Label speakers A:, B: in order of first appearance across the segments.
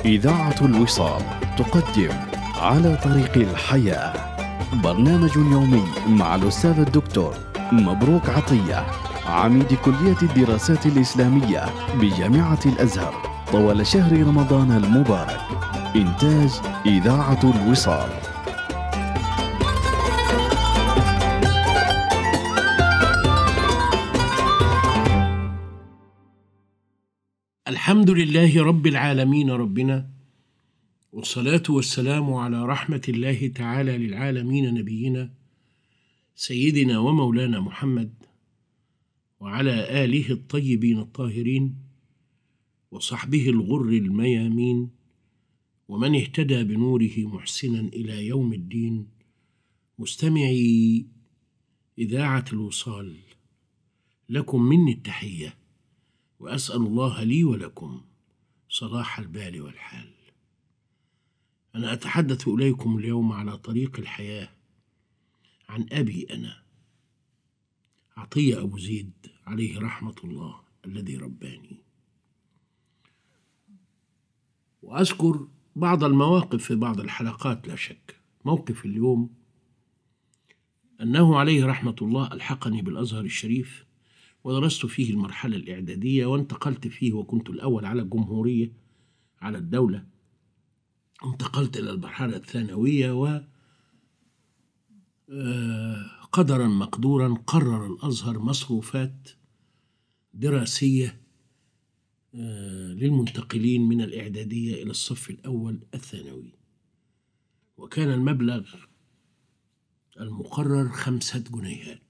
A: إذاعة الوصال تقدم على طريق الحياة، برنامج يومي مع الأستاذ الدكتور مبروك عطية، عميد كلية الدراسات الإسلامية بجامعة الأزهر، طوال شهر رمضان المبارك. إنتاج إذاعة الوصال.
B: الحمد لله رب العالمين ربنا، والصلاة والسلام على رحمة الله تعالى للعالمين نبينا سيدنا ومولانا محمد، وعلى آله الطيبين الطاهرين وصحبه الغر الميامين، ومن اهتدى بنوره محسنا إلى يوم الدين. مستمعي إذاعة الوصال، لكم مني التحية، وأسأل الله لي ولكم صلاح البال والحال. أنا أتحدث إليكم اليوم على طريق الحياة عن أبي أنا عطية أبو زيد عليه رحمة الله الذي رباني، وأذكر بعض المواقف في بعض الحلقات. لا شك موقف اليوم أنه عليه رحمة الله ألحقني بالأزهر الشريف، ودرست فيه المرحلة الإعدادية، وانتقلت فيه وكنت الأول على الجمهورية على الدولة. انتقلت إلى المرحلة الثانوية، وقدرا مقدورا قرر الأزهر مصروفات دراسية للمنتقلين من الإعدادية إلى الصف الأول الثانوي، وكان المبلغ المقرر 5 جنيهات.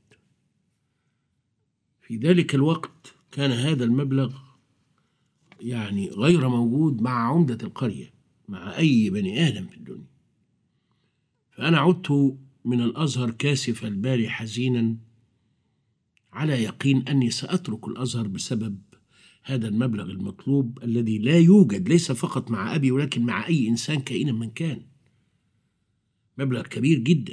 B: في ذلك الوقت كان هذا المبلغ يعني غير موجود مع عمدة القرية، مع أي بني آدم في الدنيا. فأنا عدت من الأزهر كاسف البال حزينا، على يقين أني سأترك الأزهر بسبب هذا المبلغ المطلوب الذي لا يوجد، ليس فقط مع أبي ولكن مع أي إنسان كائنا من كان. مبلغ كبير جدا.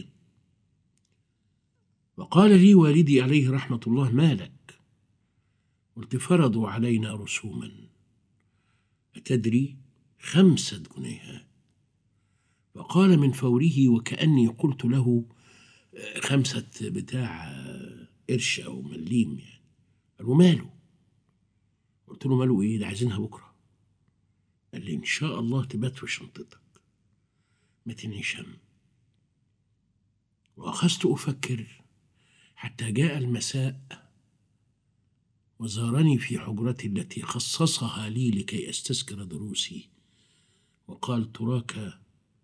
B: وقال لي والدي عليه رحمة الله: ما لك؟ قلت: فرضوا علينا رسوما. أتدري؟ 5 جنيهات. وقال من فوره وكأني قلت له 5 بتاع قرش أو مليم يعني. قال له: ماله؟ قلت له: ماله إيه؟ ده عايزينها بكرة. قال لي: إن شاء الله تبات في شنطتك، ما تنهيش هم. وأخذت أفكر حتى جاء المساء، وزارني في حجرتي التي خصصها لي لكي أستذكر دروسي، وقال: تراك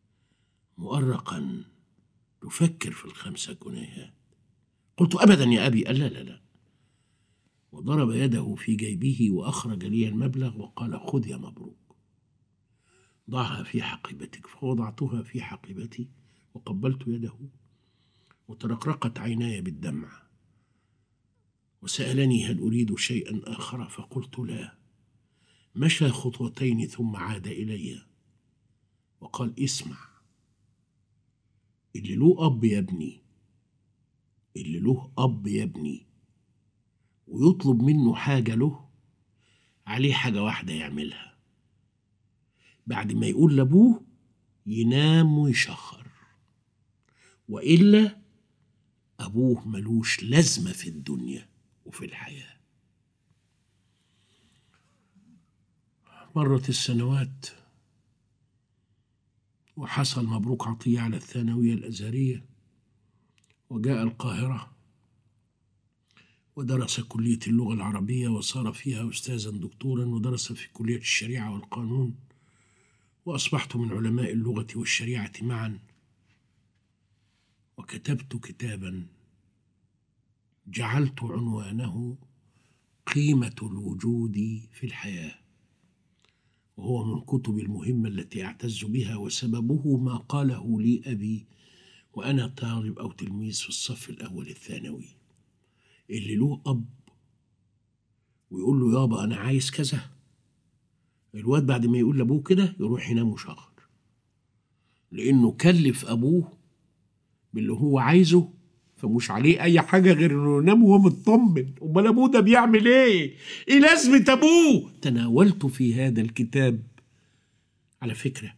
B: مؤرقا تفكر في 5 جنيهات. قلت: أبدا يا أبي. قال: لا لا لا. وضرب يده في جيبه وأخرج لي المبلغ وقال: خذ يا مبروك، ضعها في حقيبتك. فوضعتها في حقيبتي وقبلت يده، وترقرقت عيناي بالدمع، وسألني: هل أريد شيئا آخر؟ فقلت: لا. مشى خطوتين ثم عاد إلي وقال: اسمع، اللي له أب يا ابني، اللي له أب يا ابني ويطلب منه حاجة له، عليه حاجة واحدة يعملها: بعد ما يقول لأبوه ينام ويشخر، وإلا أبوه ملوش لازمة في الدنيا وفي الحياة. مرت السنوات، وحصل مبروك عطية على الثانوية الأزهرية، وجاء القاهرة ودرس كلية اللغة العربية، وصار فيها أستاذا دكتورا، ودرس في كلية الشريعة والقانون، وأصبحت من علماء اللغة والشريعة معا. وكتبت كتابا جعلت عنوانه قيمة الوجود في الحياة، وهو من كتب المهمة التي أعتز بها، وسببه ما قاله لي أبي وأنا طالب أو تلميذ في الصف الأول الثانوي: اللي له أب ويقول له يابا أنا عايز كذا، الواد بعد ما يقول لأبوه كده يروح ينام وشخر، لأنه كلف أبوه باللي هو عايزه، فمش عليه أي حاجة غير إنه ينام وهو مطمن. أمال أبوه ده بيعمل إيه؟ إيه لازمة أبوه؟ تناولت في هذا الكتاب على فكرة،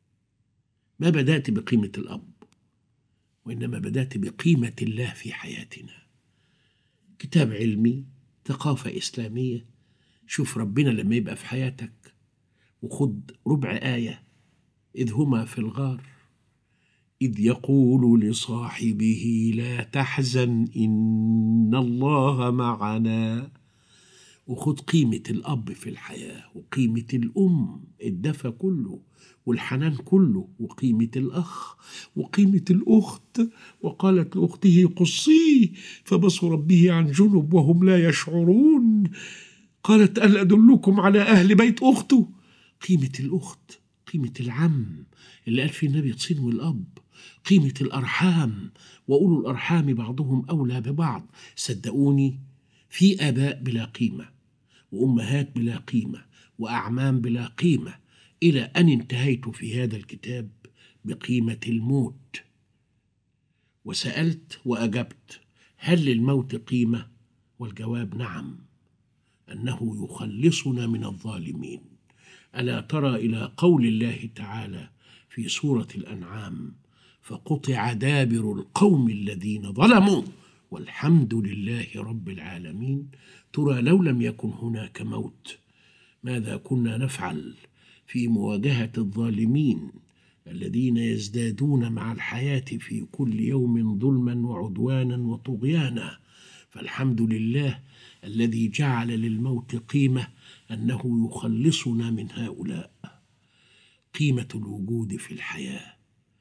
B: ما بدأت بقيمة الأب، وإنما بدأت بقيمة الله في حياتنا. كتاب علمي، ثقافة إسلامية. شوف ربنا لما يبقى في حياتك، وخد ربع آية: إذ هما في الغار إذ يقول لصاحبه لا تحزن إن الله معنا. وخد قيمة الأب في الحياة، وقيمة الأم، الدفى كله والحنان كله، وقيمة الأخ وقيمة الأخت. وقالت لأخته قصيه فبصرت به عن جنب وهم لا يشعرون. قالت ألا أدلكم على أهل بيت أخته. قيمة الأخت، قيمة العم اللي قال في النبي تصينوا الأب، قيمة الأرحام، وأولو الأرحام بعضهم أولى ببعض. صدقوني، في آباء بلا قيمة، وأمهات بلا قيمة، وأعمام بلا قيمة، إلى أن انتهيت في هذا الكتاب بقيمة الموت. وسألت وأجبت: هل للموت قيمة؟ والجواب نعم، أنه يخلصنا من الظالمين. ألا ترى إلى قول الله تعالى في سورة الأنعام: فقطع دابر القوم الذين ظلموا والحمد لله رب العالمين. ترى لو لم يكن هناك موت ماذا كنا نفعل في مواجهة الظالمين الذين يزدادون مع الحياة في كل يوم ظلما وعدوانا وطغيانا؟ فالحمد لله الذي جعل للموت قيمة، أنه يخلصنا من هؤلاء. قيمة الوجود في الحياة.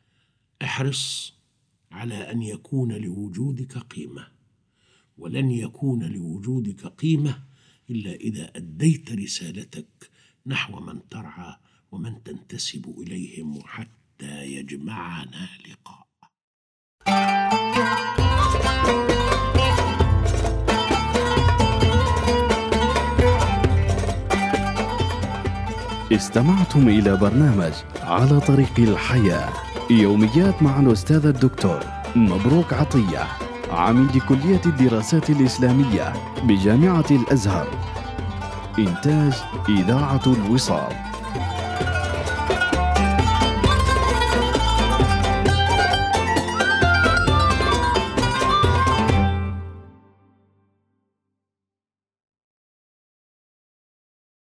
B: احرص على أن يكون لوجودك قيمة، ولن يكون لوجودك قيمة إلا إذا أديت رسالتك نحو من ترعى ومن تنتسب إليهم، حتى يجمعنا لقاء.
A: استمعتم إلى برنامج على طريق الحياة، يوميات مع الأستاذ الدكتور مبروك عطية، عميد كلية الدراسات الإسلامية بجامعة الأزهر. إنتاج إذاعة الوصال.